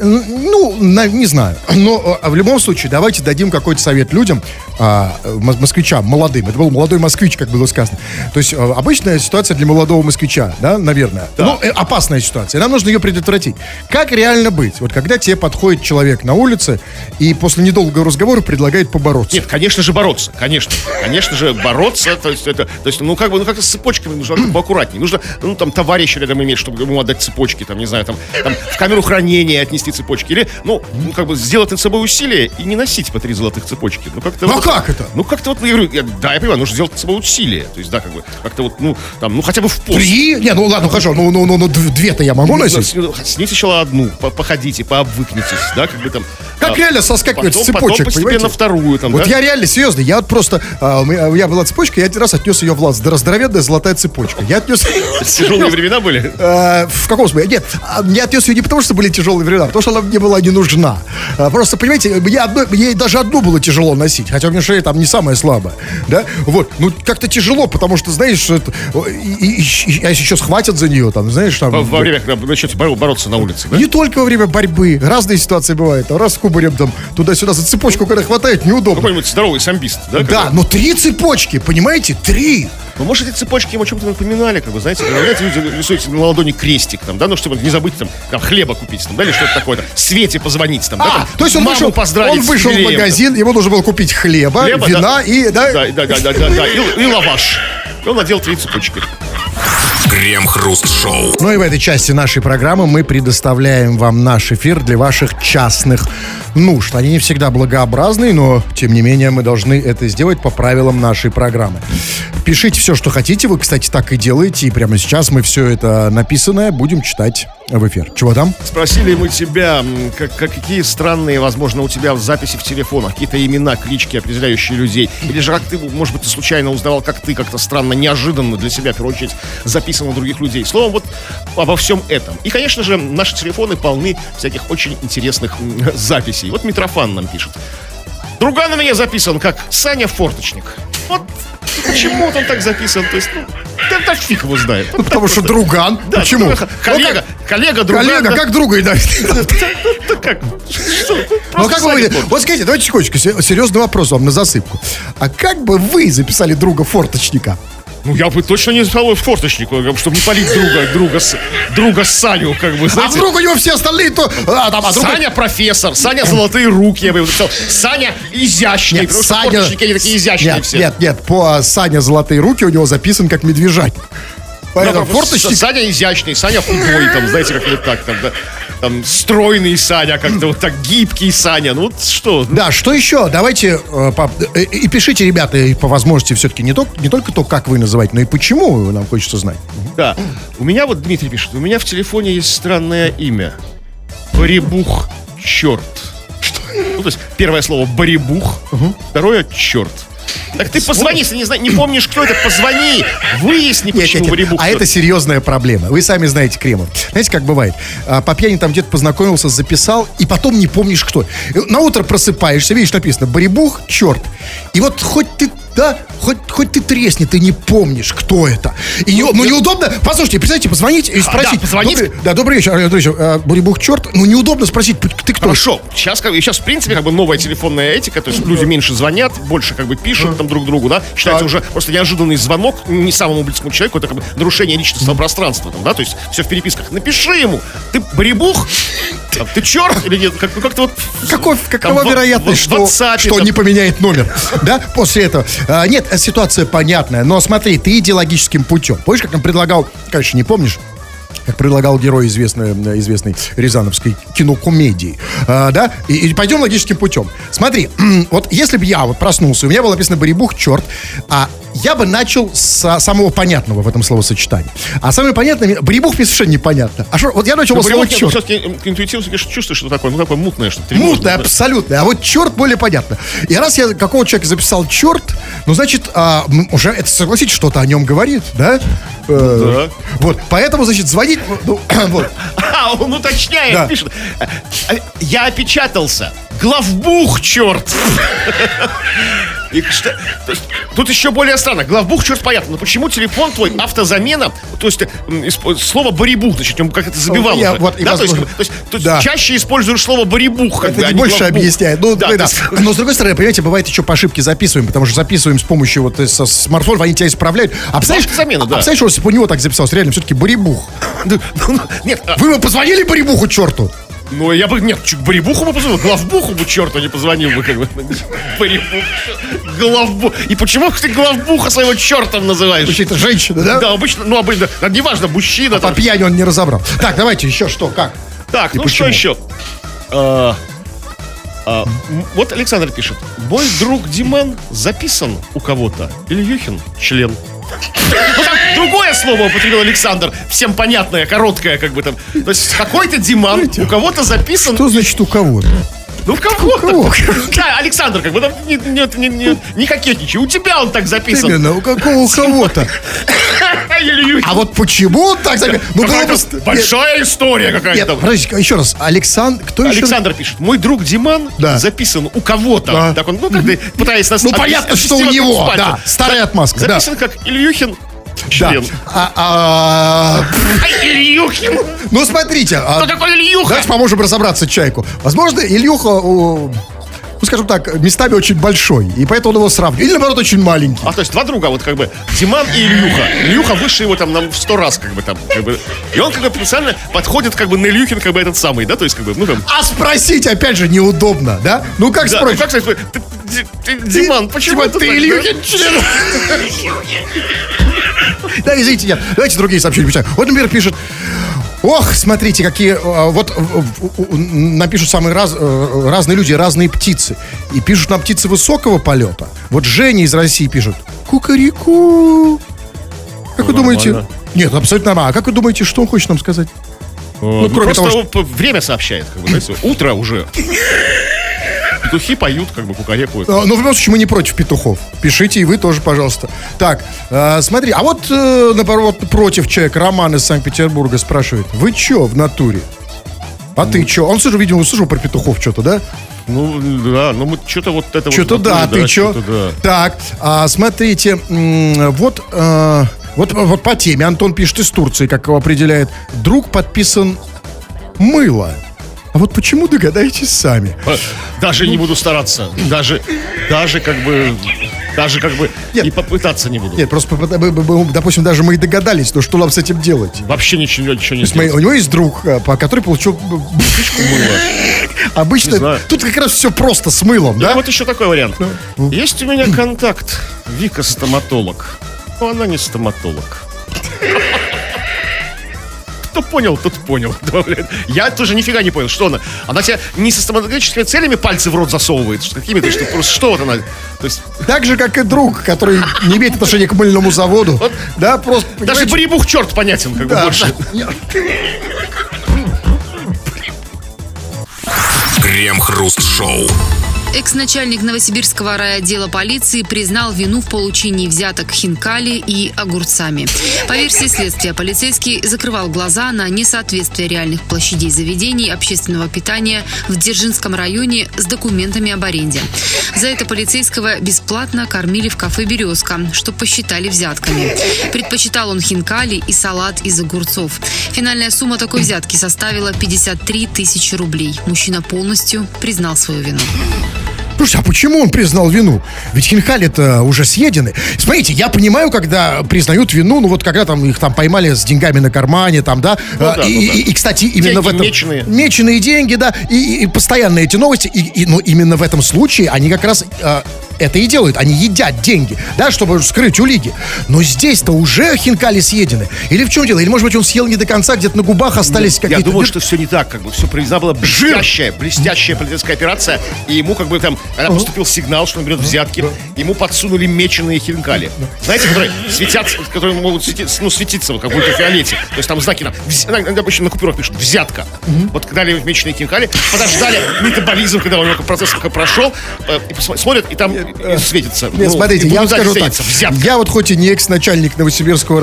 Ну, на, не знаю, но а, в любом случае давайте дадим какой-то совет людям, а, москвичам, молодым. Это был молодой москвич, как было сказано. То есть а, обычная ситуация для молодого москвича, да, наверное. Да. Ну, э, опасная ситуация. Нам нужно ее предотвратить. Как реально быть? Вот когда тебе подходит человек на улице и после недолгого разговора предлагает побороться. Нет, конечно же бороться, конечно. Конечно же бороться, то есть это, то есть, ну как бы, ну как-то с цепочками нужно поаккуратнее. Нужно, ну там товарища рядом иметь, чтобы ему отдать цепочки, там, не знаю, там, там в камеру хранения отнести цепочки. Или, ну, ну как бы сделать над собой усилие и не носить по три золотых цепочки. Ну как-то. Ну вот, как это? Ну как-то вот, я говорю, я, да, я понимаю, нужно сделать над собой усилие. То есть, да, как бы, как-то вот, ну, там, ну хотя бы в пост. Три? Не, ну ладно, хорошо, ну, ну, ну, ну две-то я могу носить. Снимите сначала одну, походите, пообвыкнитесь, да, как бы там. Как а, реально соскакивать потом, с цепочек, потом постепенно понимаете? на вторую там, вот да? я реально, серьезно, я вот просто, а, у, меня, у меня была цепочка, я один раз отнес ее в лаз, здоровенная золотая цепочка. Я отнес... Тяжелые времена были? А, в каком смысле? Нет, я отнес ее не потому, что были тяжелые времена, а потому что она мне была не нужна. А, просто, понимаете, мне, одной, мне даже одну было тяжело носить, хотя у меня шея там не самая слабая, да? Вот, ну как-то тяжело, потому что, знаешь, что это, и, и, и, а если еще схватят за нее, там, знаешь, там... Во, во время, когда начнете бороться на улице, да? Не только во время борьбы, разные ситуации бывают, раз с кубарем там туда-сюда за цепочку, когда хватает, неудобно. Какой-нибудь здоровый самбист, да? Да, когда... но три цепочки, понимаете, три. Ну, может, эти цепочки ему о чем-то напоминали, как бы, знаете, знаете, люди рисуют на ладони крестик, там, да, ну, чтобы не забыть, там, там хлеба купить, там, да, или что-то такое, там, Свете позвонить, там, а, да, там, то есть он вышел, он вышел в магазин, ему нужно было купить хлеба, хлеба вина да, и, да? Да, да, да, да, да, да, и, и лаваш. И он надел три цепочки. Крем-хруст-шоу. Ну и в этой части нашей программы мы предоставляем вам наш эфир для ваших частных нужд. Они не всегда благообразные, но, тем не менее, мы должны это сделать по правилам нашей программы. Пишите все, что хотите. Вы, кстати, так и делаете. И прямо сейчас мы все это написанное будем читать в эфир. Чего там? Спросили мы тебя, как, как, какие странные, возможно, у тебя в записи в телефонах, какие-то имена, клички, определяющие людей. Или же как ты, может быть, ты случайно узнавал, как ты как-то странно, неожиданно для себя, в первую очередь, записан на других людей. Словом, вот обо всем этом. И, конечно же, наши телефоны полны всяких очень интересных записей. Вот Митрофан нам пишет. Друган у меня записан как Саня Форточник. Вот почему он так записан? То есть, ну, да, да фиг его знает. Ну, потому что друган. Да, почему? Коллега, ну, как, коллега, друган. Коллега, да? как друга, да. Как? Ну, как вы, вот скажите, давайте секундочку, серьезный вопрос вам на засыпку. А как бы вы записали друга Форточника? Ну, я бы точно не записал форточник, чтобы не палить друга, друга, друга Саню, как бы, знаете. А вдруг у него все остальные, то... А, там, а друг... Саня профессор, Саня золотые руки, я бы написал. Саня изящный, нет, потому Саня... что форточники, они такие изящные нет, все. Нет, нет, по Саня золотые руки у него записан как медвежатник. Поэтому да, форточник... Саня изящный, Саня худой, там, знаете, как-нибудь так, там, да. Там стройный Саня, как-то вот так гибкий Саня. Ну вот что? Да, что еще? Давайте э, по, э, и пишите, ребята, и по возможности все-таки не, то, не только то, как вы называете, но и почему, нам хочется знать. Да. У меня вот Дмитрий пишет, у меня в телефоне есть странное имя. Барибух черт. Что? Ну, то есть первое слово барибух, угу. Второе черт. Так ты позвони, если не, знаешь, не помнишь, кто это, позвони, выясни, почему барибух. А это серьезная проблема. Вы сами знаете, Кремов. Знаете, как бывает? По пьяни там где-то познакомился, записал, и потом не помнишь, кто. На утро просыпаешься, видишь, написано барибух, черт. И вот хоть ты, да, хоть, хоть ты тресни, ты не помнишь, кто это. И не, ну неудобно, послушайте, представьте, позвонить и спросить. А, да, позвонить. Добрый, да, добрый вечер, добрый вечер, а, барибух, черт. Ну неудобно спросить, ты кто? Хорошо, сейчас, как, сейчас в принципе, как бы новая телефонная этика, то есть люди меньше звонят, больше как бы пишут там друг другу, да, считается так. Уже просто неожиданный звонок не самому близкому человеку, это как бы нарушение личностного пространства, там, да, то есть все в переписках. Напиши ему, ты барибух, там, ты черт или нет, как, ну, как-то вот... Какой, какова там, вероятность, в, в что, WhatsApp, что там... не поменяет номер, да, после этого? А, нет, ситуация понятная, но смотри, ты идеологическим путем. Помнишь, как он предлагал, конечно, не помнишь, как предлагал герой известной, известной рязановской кинокомедии. А, да? И, и пойдем логическим путем. Смотри, вот если бы я вот проснулся, у меня было написано «Барибух, черт», а я бы начал с самого понятного в этом словосочетании. А самое понятное, «Барибух» мне совершенно непонятно. А что, вот я начал с слова «черт». Все-таки интуитивно чувствуешь, что такое, ну такое мутное что-то. Мутное, абсолютно. А вот черт более понятно. И раз я какого человека записал черт, ну, значит, а, уже это, согласитесь, что-то о нем говорит, да? Да. Вот, поэтому, значит, звонить... Ну, вот. А, он уточняет, Да. пишет. Я опечатался. Главбух, черт. И что, то есть, тут еще более странно. Главбух, черт, понятно. Но почему телефон твой автозамена, то есть исп- слово барибух, значит, он как это забивал. Я, уже, вот, и да? то есть, возможно. то есть, то есть Да. чаще используешь слово барибух. Как Это бы, а не не больше главбух. объясняет. Ну, Да, да, то да. есть- Но, с другой стороны, понимаете, бывает еще по ошибке записываем, потому что записываем с помощью вот э, со смартфонов, они тебя исправляют. А представляешь, Автозамена, а, да. а представляешь, если бы у него так записалось, реально, все-таки барибух. Ну, ну, Нет, а, Вы ему позвонили барибуху черту? ну я бы, нет, чуть барибуху бы позвонил, главбуху бы черту не позвонил бы, как бы. Барибух, главбух. И почему ты главбуха своего чертом называешь? Вообще, это женщина, да? Да, обычно, ну, обычно, да, неважно, мужчина. По там. пьяни он не разобрал. Так, давайте еще что, как? Так, И ну почему? что еще? А, а, м, вот Александр пишет. Мой друг Диман записан у кого-то. Ильюхин член. Ну, там другое слово употребил Александр. Всем понятное, короткое, как бы там. То есть какой-то Диман у кого-то записан. Что значит у кого-то? Ну, в кого-то. кого? Да, Александр, как бы там не, не, не, не, не кокетничай. У тебя он так записан. Именно, у какого у кого-то. Ильюхин. А вот почему он так записан? Ну, было бы... Какая-то большая история какая-то. Нет, там. подождите, еще раз. Александр, кто еще? Александр пишет, мой друг Диман Да. записан у кого-то. Да. Так он, ну, как бы пытаясь нас Ну, объяс- понятно, что у обвести вокруг него, пальца. да. Старая отмазка, да. Записан как Ильюхин Да. член. А, а, А Ильюхин? Ну, смотрите. а, Кто такой Ильюха? Давайте поможем разобраться человеку. Возможно, Ильюха, о, ну, скажем так, местами очень большой, и поэтому он его сравнивает. Или, наоборот, очень маленький. А то есть два друга, вот как бы Диман и Ильюха. Ильюха выше его там на в сто раз, как бы там. Как бы, и он как бы специально подходит как бы на Ильюхин, как бы этот самый, да, то есть как бы, ну там. А спросить, опять же, неудобно, да? Ну, как Да, спросить? ну, как сказать, ты, ты- ты, Диман, почему Диман, ты так, Ильюхин член? Да, извините, нет. Давайте другие сообщения почитаем. Вот, например, пишет: ох, смотрите, какие... а, Вот а, в- у- напишут самые раз- э, разные люди, разные птицы. И пишут нам птицы высокого полета. Вот Женя из России пишет: кукареку. Как вы думаете? нормально. Нет, абсолютно нормально. А как вы думаете, что он хочет нам сказать? Ну, кроме просто того, он время сообщает, как бы, знаете, утро уже. Петухи поют, как бы кукарекуют. А, Ну, в любом случае, мы не против петухов. Пишите и вы тоже, пожалуйста. Так, э, смотри, а вот, э, наоборот, против человека, Роман из Санкт-Петербурга спрашивает: вы чё в натуре? А ты чё? Он, слышал, видимо, слышал про петухов что-то, да? Ну, да, ну мы что-то вот это Что-то вот... да, натуре, ты чё? что-то да. Так, а, смотрите, м, вот, э, вот, вот по теме Антон пишет из Турции, как его определяет. Друг подписан «Мыло». А вот почему, догадаетесь сами? Даже не буду стараться. Даже, даже как бы... Даже как бы Нет. и попытаться не буду. Нет, просто, мы- мы- мы- допустим, даже мы и догадались, но что нам с этим делать? Вообще ничего, ничего не То есть мы- сделать. у него есть друг, э, по- который получил б- Фишку мыла. Не обычно. знаю. Тут как раз все просто с мылом, Да? да? Вот еще такой вариант. Есть у меня контакт. Вика стоматолог. Но она не стоматолог. Кто понял, тот понял. Добавляет. Я тоже нифига не понял, что она. Она тебе не со стоматологическими целями пальцы в рот засовывает. Что, какими-то, что просто что вот она. То есть Так же, как и друг, который не имеет отношения к мыльному заводу. Вот. Да, просто. даже понимаете, барибух черт понятен, как бы да, больше. да. Крем-хруст-шоу. Экс-начальник Новосибирского райотдела полиции признал вину в получении взяток хинкали и огурцами. По версии следствия, полицейский закрывал глаза на несоответствие реальных площадей заведений общественного питания в Дзержинском районе с документами об аренде. За это полицейского бесплатно кормили в кафе «Березка», что посчитали взятками. Предпочитал он хинкали и салат из огурцов. Финальная сумма такой взятки составила пятьдесят три тысячи рублей. Мужчина полностью признал свою вину. Слушайте, а почему он признал вину? Ведь хинкали-то уже съедены. Смотрите, я понимаю, когда признают вину, ну вот когда там их там поймали с деньгами на кармане, там, да. Ну а, да, и, ну да. и- и, кстати, именно Деньги в этом... меченые. Меченые деньги, да. И, и- и постоянно эти новости. И, и- но именно в этом случае они как раз... а, это и делают. Они едят деньги, да, чтобы скрыть улики. Но здесь-то уже хинкали съедены. Или в чем дело? Или, может быть, он съел не до конца, где-то на губах остались Нет, какие-то... Я думаю, что все не так, как бы все проведена была блестящая, блестящая полицейская операция, и ему как бы там, когда поступил сигнал, что он берет взятки, ему подсунули меченые хинкали. Знаете, которые светятся, которые могут светиться, ну, светиться, вот, как будто в фиолете. То есть там знаки, там, вз... обычно на купюрах пишут «взятка». Mm-hmm. Вот когда дали меченые хинкали, подождали метаболизм, когда у него процесс как прошел, э, и смотрят, и там и светится. Нет, ну, смотрите, я вам скажу так. Взятка. Я вот хоть и не экс-начальник Новосибирского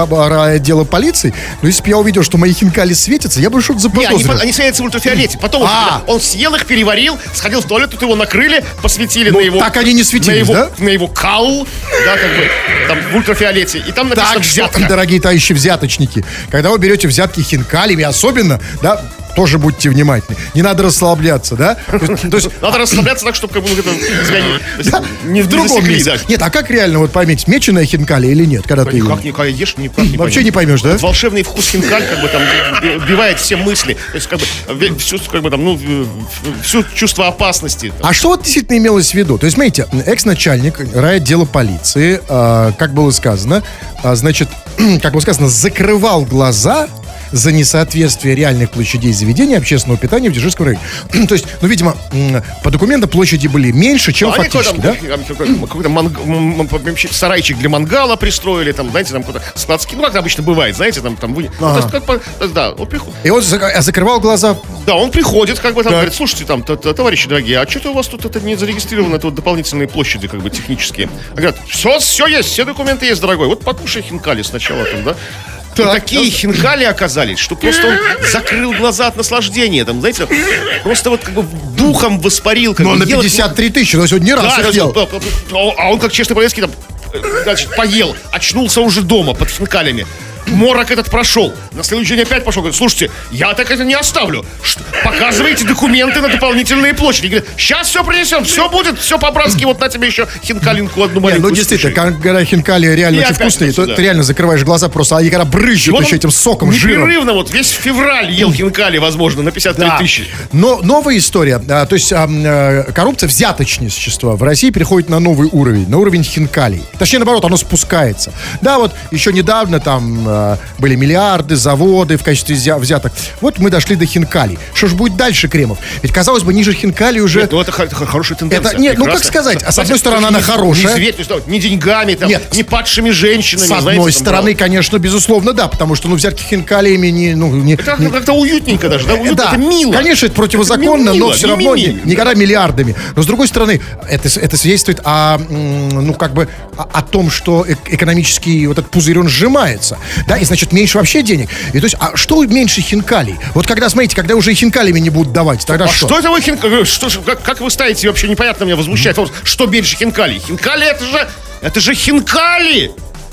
отдела полиции, но если бы я увидел, что мои хинкали светятся, я бы что-то заподозрил. Не, они, они светятся в ультрафиолете. Потом А. он, он съел их, переварил, сходил в туалет, тут его накрыли, посветили Ну, на его... так они не светились, на его, да? На его кал, да, как бы, там, в ультрафиолете. И там написано Так что, «взятка». дорогие товарищи взяточники, когда вы берете взятки хинкалями, особенно, да, тоже будьте внимательны. Не надо расслабляться, да? То есть, Надо расслабляться так, чтобы как бы это тебя не, да, не в другом засекли, месте. да. Нет, а как реально вот поймить, меченая хинкали или нет, когда ты Никак, ее... никак ешь, никак не Вообще не поймешь, да? Вот волшебный вкус хинкаль как бы там убивает все мысли. То есть как бы всю, как бы, там, ну, всю чувство опасности. А что вот действительно имелось в виду? То есть, смотрите, экс-начальник райотдела полиции, э, как было сказано, э, значит, как было сказано, закрывал глаза за несоответствие реальных площадей заведения общественного питания в Дзержинском районе. То есть, ну, видимо, по документам площади были меньше, чем Ну, фактически, они да? какой-то, какой-то, какой-то манг... сарайчик для мангала пристроили, там, знаете, там какой-то складский, ну, как обычно бывает, знаете, там, там, вы... Ага. ну, то есть, как, да, он приходит. И он зак- закрывал глаза. Да, он приходит, как бы там, Так. говорит, слушайте, там, т- т- товарищи дорогие, а что-то у вас тут это не зарегистрировано, это вот дополнительные площади, как бы, технические. Они говорят, все, все есть, все документы есть, дорогой, вот покушай хинкали сначала там, да? И Так. такие хинкали оказались, что просто он закрыл глаза от наслаждения, там, знаете, просто вот как бы духом воспарил. Как Но бы, на ел их. пятьдесят три тысячи, но сегодня не раз Да, их да, ел. да, да, да. А он как честный полицейский там, э, значит, поел, очнулся уже дома под хинкалями. Морок этот прошел. На следующий день опять пошел. Говорит, слушайте, я так это не оставлю. Что? Показывайте документы на дополнительные площади. Говорит, сейчас все принесем, все будет, все по-братски. Вот на тебе еще хинкалинку одну Не, маленькую. ну действительно, скушай. когда хинкали реально И очень опять вкусные, то сюда. ты реально закрываешь глаза просто, а они когда брызжут Он еще этим соком, жиром. непрерывно, вот весь февраль ел хинкали, возможно, на пятьдесят три Да. тысячи. Но новая история, а, то есть а, а, коррупция, взяточничество в России переходит на новый уровень, на уровень хинкалей. Точнее, наоборот, оно спускается. Да, вот еще недавно там а, были миллиарды, заводы в качестве взя- взяток. Вот мы дошли до хинкалей. Что ж будет дальше, Кремов? Ведь, казалось бы, ниже хинкали уже... Нет, ну это х- х- хорошая тенденция. Это- нет, ну, как прекрасно. сказать, а с одной Знаете, стороны, не- она хорошая. Не, зверь, то есть, да, не деньгами, там, Нет. не падшими женщинами. С одной знаете, там, стороны, да. конечно, безусловно, да, потому что, ну, взятки хинкалиями не... Ну, не, Это не- как-то уютненько даже, да? Уютно, Да, это мило. конечно, это противозаконно, Это мило, но все равно не, ми-ми-ми. никогда миллиардами. Но с другой стороны, это, это свидетельствует о, м, ну, как бы, о, о том, что э- экономический вот этот пузырь, он сжимается. Да, и значит, меньше вообще денег. И то есть, а что меньше хинкалей? Вот когда, смотрите, когда уже и хинкалями не будут давать, тогда А что? что это вы хинкали? Что, ж- как, как вы ставите, вообще непонятно, меня возмущает. Вот, что меньше хинкали? Хинкали это же, это же хинкали!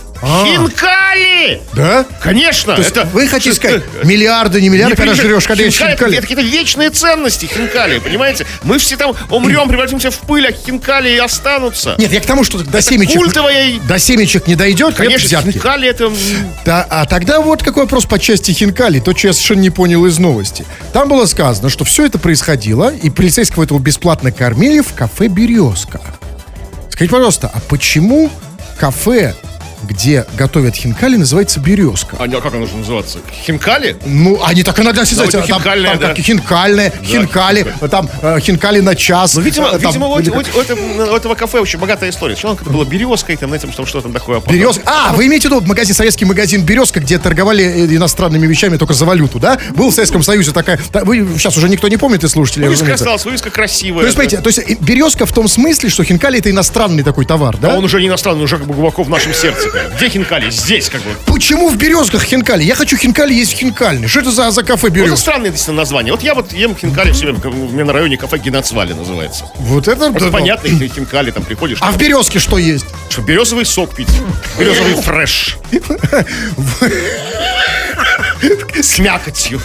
Хинкали! Да? Конечно! То есть это, вы хотите что- сказать, миллиарды, не миллиарды, Не когда приезжай- жрешь, когда есть хинкали, это, хинкали? это какие-то вечные ценности хинкали, понимаете? Мы все там умрем, превратимся в пыль, а хинкали и останутся. Нет, я к тому, что до семечек, культовая... до семечек не дойдет, нет Конечно, взятки. хинкали это... Да, а тогда вот какой вопрос по части хинкали, то, что я совершенно не понял из новости. Там было сказано, что все это происходило, и полицейского этого бесплатно кормили в кафе «Березка». Скажите, пожалуйста, а почему кафе, где готовят хинкали, называется «Березка»? А как оно же называться? Хинкали? Ну, они так иногда сказать, это там, хинкальное, там да. как хинкальные, хинкали, там э, хинкали на час. Ну, видимо, э, там, видимо у, или у- у этого, у этого кафе очень богатая история. Сначала это было «Березкой», там, знаете, там что там такое. Березка. А, вы имеете в виду магазин, советский магазин «Березка», где торговали э, иностранными вещами только за валюту, да? Был в Советском Союзе такая... та- Вы сейчас уже никто не помнит, и слушатели, Вывеска разумеется. осталась, вывеска красивая. То есть, смотрите, то есть э, «Березка» в том смысле, что хинкали — это иностранный такой товар, да? А он уже не иностранный, уже как бы глубоко в нашем сердце. Где хинкали? Здесь, как бы. Почему в «Березках» хинкали? Я хочу хинкали есть в хинкальной. Что это за, за кафе Вот это «Березка»? странное действительно название. Вот я вот ем хинкали все время, как у меня на районе кафе Геноцвали называется. Вот это... Это да, понятно, ты хинкали, там приходишь, А в «Березке» что есть? что березовый сок пить, березовый фреш. С мякотью.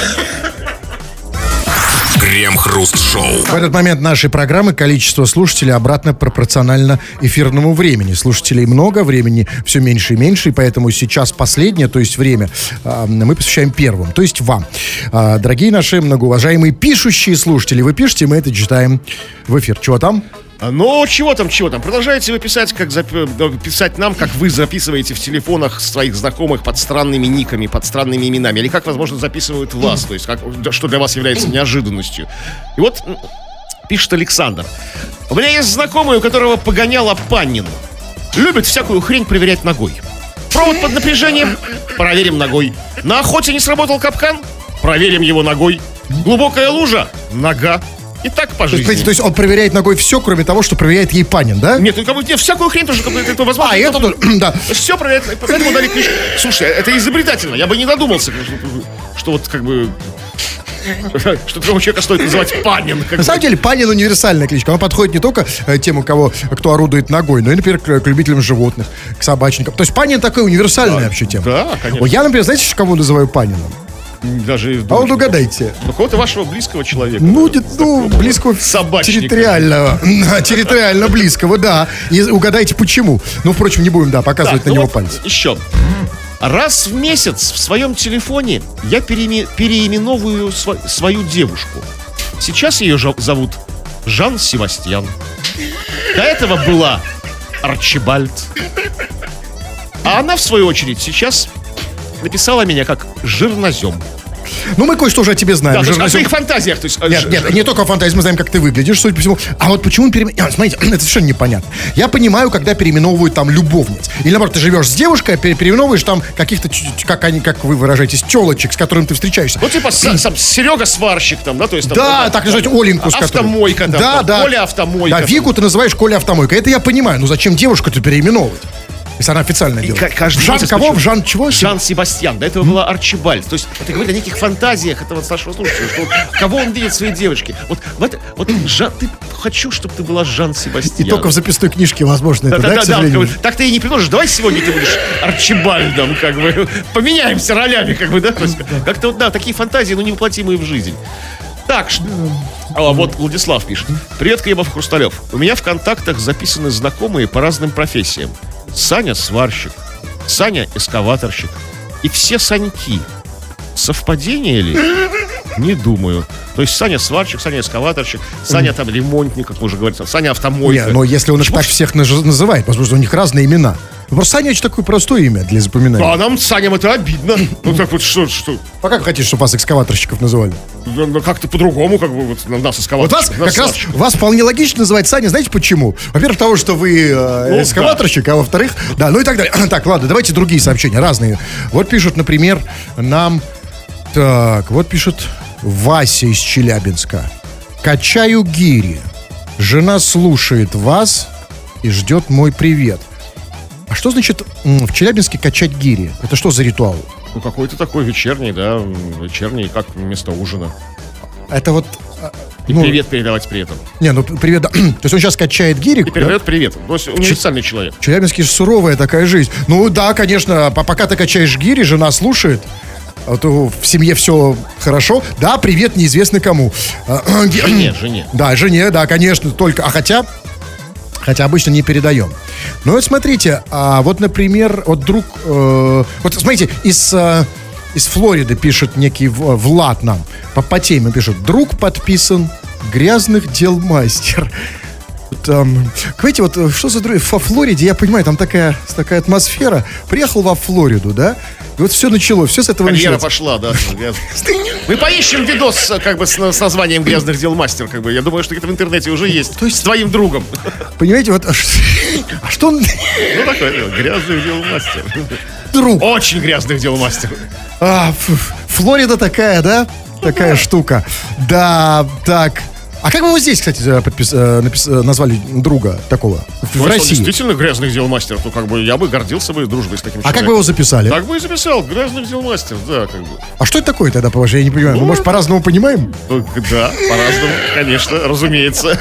Крем-хруст-шоу. В этот момент нашей программы количество слушателей обратно пропорционально эфирному времени. Слушателей много, времени все меньше и меньше, и поэтому сейчас последнее, то есть время, а, мы посвящаем первым, то есть вам. А, Дорогие наши многоуважаемые пишущие слушатели, вы пишете, мы это читаем в эфир. Чего там? Ну, чего там, чего там? Продолжаете вы писать, как зап- писать нам, как вы записываете в телефонах своих знакомых под странными никами, под странными именами. Или как, возможно, записывают вас. То есть, как, что для вас является неожиданностью. И вот пишет Александр. У меня есть знакомый, у которого погоняло Панин. Любит всякую хрень проверять ногой. Провод под напряжением? Проверим ногой. На охоте не сработал капкан? Проверим его ногой. Глубокая лужа? Нога. И так по жизни. То есть, то есть он проверяет ногой все, кроме того, что проверяет ей Панин, да? Нет, ну как бы нет, всякую хрень тоже, как бы, это возможно. А, это тоже, да. Все проверяет, поэтому дали книжку. Слушай, это изобретательно, я бы не додумался, что, что вот как бы... Что такого человека стоит называть Панин. На самом деле, Панин универсальная кличка. Она подходит не только э, тем, у кого, кто орудует ногой, но и, например, к, к любителям животных, к собачникам. То есть Панин такая универсальная да, вообще тема. Да, конечно. О, я, например, знаете, кого называю Панином? Даже а вот угадайте. Ну, кого-то вашего близкого человека. Ну, где, ну близкого собачника. Территориального. Территориально близкого, да. И угадайте, почему. Ну, впрочем, не будем, да, показывать так, на ну него вот пальцы. Еще. Раз в месяц в своем телефоне я переиме- переименовываю св- свою девушку. Сейчас ее жа- зовут Жан Себастьян. До этого была Арчибальд. А она, в свою очередь, сейчас написала меня как жирнозем. Ну, мы кое-что уже о тебе знаем. Да, Жирнозем... о своих фантазиях. То есть, нет, ж... нет, не только о фантазии, мы знаем, как ты выглядишь, судя по всему. А вот почему он переименовывает... Смотрите, это совершенно непонятно. Я понимаю, когда переименовывают там любовниц. Или, наоборот, ты живешь с девушкой, а пере- переименовываешь там каких-то, как они, как вы выражаетесь, телочек, с которыми ты встречаешься. Ну, типа, с, сам, Серега Сварщик там, да? То есть, там, да, там, так называть Оленьку. С автомойка там, да, там, да. Коля Автомойка. Да, Вику ты называешь Коля Автомойка. Это я понимаю. Ну, зачем девушку-то переименовывать? Если она официально делает. Жан кого? Жан чего? Жан Себастьян. До этого была Арчибальд. То есть это говорит о неких фантазиях этого старшего слушателя, что вот, кого он видит в своей девочке. Вот, вот, вот Жан, ты хочу, чтобы ты была Жан Себастьян. И только в записной книжке возможно это, да, да, к да, сожалению? да, так ты и не предложишь. Давай сегодня ты будешь Арчибальдом, как бы. Поменяемся ролями, как бы, да? То есть, как-то вот, да, такие фантазии, но невоплотимые в жизнь. Так, что... А, вот Владислав пишет. Привет, Кремов, Хрусталев. У меня в контактах записаны знакомые по разным профессиям. Саня сварщик, Саня эскаваторщик и все Саньки. Совпадение ли? Не думаю. То есть Саня сварщик, Саня эскаваторщик, Саня там ремонтник, как мы уже говорили, Саня автомойка. Не, но если он их так всех наж- называет, возможно, у них разные имена. Просто Саня очень такое простое имя для запоминания. А нам, Саням, это обидно. Ну так вот, что, что? А как вы хотите, чтобы вас экскаваторщиков называли? Ну, как-то по-другому, как бы, вот нас Вот эскаваторщик. вас, как раз, вас вполне логично называть Саня, знаете почему? Во-первых, того, что вы э, Ну, эскаваторщик, а во-вторых, да, ну и так далее. Так, ладно, давайте другие сообщения, разные. Вот пишут, например, нам, так, вот пишет Вася из Челябинска. Качаю гири. Жена слушает вас и ждет мой привет. А что значит м, в Челябинске качать гири? Это что за ритуал? Ну, какой-то такой вечерний, да, вечерний, как вместо ужина. Это вот... И ну, привет передавать при этом. Не, ну привет, да. То есть он сейчас качает гири. И передает привет. То есть универсальный человек. Челябинский же суровая такая жизнь. Ну да, конечно, по- пока ты качаешь гири, жена слушает. А то в семье все хорошо. Да, привет неизвестно кому. А, ги- Жене, жене. Да, жене, да, конечно, только. А хотя, хотя обычно не передаем. Ну вот смотрите, а вот, например, вот друг, э, вот смотрите, из, э, из Флориды пишет некий В- Влад нам, по, по теме пишет, друг подписан, грязных дел мастер. Там, знаете, вот что за друг... Во Флориде, я понимаю, там такая, такая атмосфера. Приехал во Флориду, да? И вот все началось, все с этого Карьера началось. пошла, да. Мы поищем видос как бы с, с названием «Грязных дел мастер». Как бы. Я думаю, что это в интернете уже есть. То есть- С твоим другом. Понимаете, вот... А ш- а что он... Ну, такое дело. «Грязных дел мастер». Друг. Очень грязных дел мастер. А, Ф- Флорида такая, да? Такая штука. Да, так... А как вы вот здесь, кстати, подпис... э, напис- э, назвали друга такого? В, Ну, в если он России. действительно грязных дел мастер, то как бы я бы гордился бы дружбой с таким А как человеком. вы его записали? Так бы и записал. «Грязных дел мастер», да, как бы. А что это такое тогда, по-вашему? Я не понимаю. Мы, Ну, может, по-разному понимаем? Ну, да, по-разному, конечно, разумеется.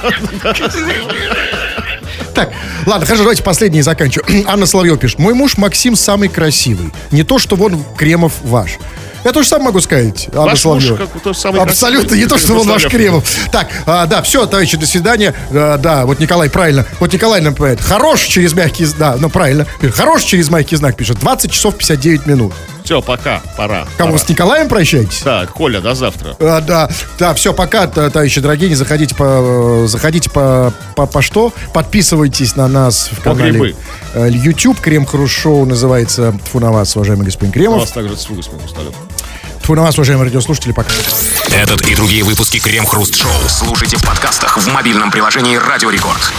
Так, ладно, хорошо, давайте последний заканчиваю. Анна Соловьева пишет. Мой муж Максим самый красивый. Не то, что вон Кремов ваш. Я тоже сам могу сказать, Анна Ваш муж Соловьева. как, тот самый Абсолютно красивый, не то, что Кремов он ваш Соловьев. Кремов. Так, а, да, все, товарищи, до свидания. А, да, вот Николай правильно. Вот Николай нам говорит, хорош через мягкий знак. Да, ну правильно. Хорош через мягкий знак пишет. двадцать часов пятьдесят девять минут. Все, пока, пора. Кого, пора. с Николаем прощаетесь? Так, Коля, до завтра. А, да, да, все, пока, товарищи дорогие, не заходите по, заходите по, по, по что? Подписывайтесь на нас в По канале грибы. э, YouTube. Крем Хруст Шоу называется. Тьфу на вас, уважаемый господин У Кремов. вас также с Хрусталем. Тьфу на вас, уважаемые радиослушатели, пока. Этот и другие выпуски Крем Хруст Шоу слушайте в подкастах в мобильном приложении Радио Рекорд.